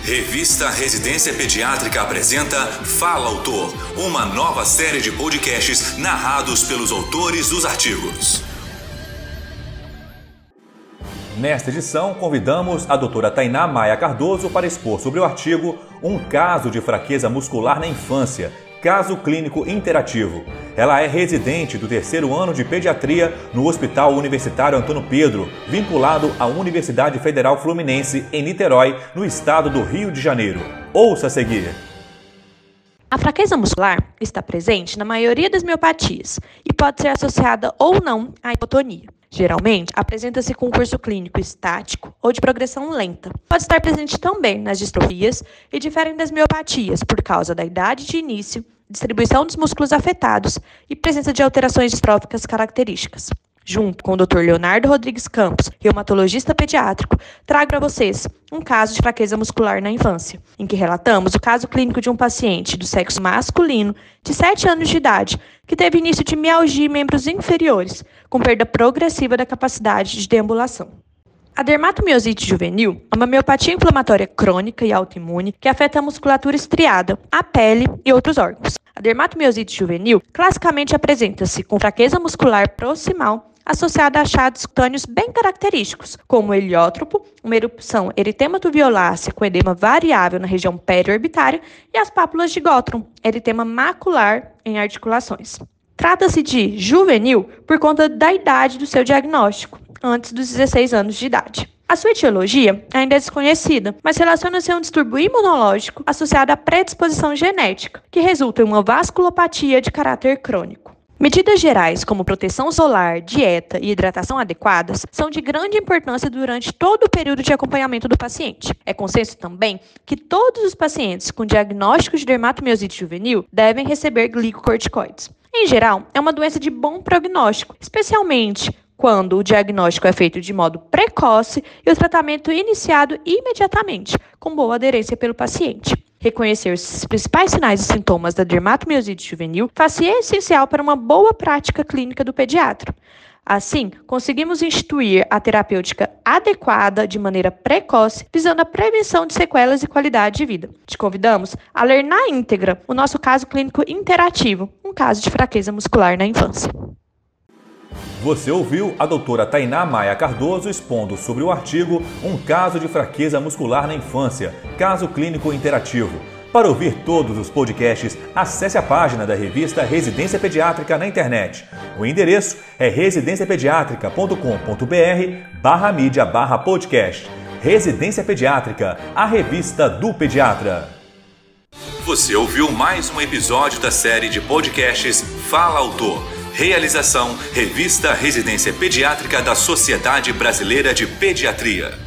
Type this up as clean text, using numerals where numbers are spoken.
Revista Residência Pediátrica apresenta Fala Autor, uma nova série de podcasts narrados pelos autores dos artigos. Nesta edição, convidamos a doutora Tainá Maia Cardoso para expor sobre o artigo Um caso de fraqueza muscular na infância, caso clínico interativo. Ela é residente do 3º ano de pediatria no Hospital Universitário Antônio Pedro, vinculado à Universidade Federal Fluminense, em Niterói, no estado do Rio de Janeiro. Ouça a seguir. A fraqueza muscular está presente na maioria das miopatias e pode ser associada ou não à hipotonia. Geralmente, apresenta-se com um curso clínico estático ou de progressão lenta. Pode estar presente também nas distrofias e diferem das miopatias por causa da idade de início, distribuição dos músculos afetados e presença de alterações distróficas características. Junto com o Dr. Leonardo Rodrigues Campos, reumatologista pediátrico, trago para vocês um caso de fraqueza muscular na infância, em que relatamos o caso clínico de um paciente do sexo masculino de 7 anos de idade, que teve início de mialgia em membros inferiores, com perda progressiva da capacidade de deambulação. A dermatomiosite juvenil é uma miopatia inflamatória crônica e autoimune que afeta a musculatura estriada, a pele e outros órgãos. A dermatomiosite juvenil classicamente apresenta-se com fraqueza muscular proximal associada a achados cutâneos bem característicos, como o heliótropo, uma erupção eritemato-violácea com edema variável na região periorbitária e as pápulas de Gottron, eritema macular em articulações. Trata-se de juvenil por conta da idade do seu diagnóstico, antes dos 16 anos de idade. A sua etiologia ainda é desconhecida, mas relaciona-se a um distúrbio imunológico associado à predisposição genética, que resulta em uma vasculopatia de caráter crônico. Medidas gerais como proteção solar, dieta e hidratação adequadas são de grande importância durante todo o período de acompanhamento do paciente. É consenso também que todos os pacientes com diagnóstico de dermatomiosite juvenil devem receber glicocorticoides. Em geral, é uma doença de bom prognóstico, especialmente quando o diagnóstico é feito de modo precoce e o tratamento iniciado imediatamente, com boa aderência pelo paciente. Reconhecer os principais sinais e sintomas da dermatomiosite juvenil faz-se essencial para uma boa prática clínica do pediatra. Assim, conseguimos instituir a terapêutica adequada de maneira precoce, visando a prevenção de sequelas e qualidade de vida. Te convidamos a ler na íntegra o nosso caso clínico interativo, um caso de fraqueza muscular na infância. Você ouviu a doutora Tainá Maia Cardoso expondo sobre o artigo Um caso de fraqueza muscular na infância, caso clínico interativo. Para ouvir todos os podcasts, acesse a página da revista Residência Pediátrica na internet. O endereço é residenciapediatrica.com.br/mídia/podcast. Residência Pediátrica, a revista do pediatra. Você ouviu mais um episódio da série de podcasts Fala Autor. Realização: Revista Residência Pediátrica da Sociedade Brasileira de Pediatria.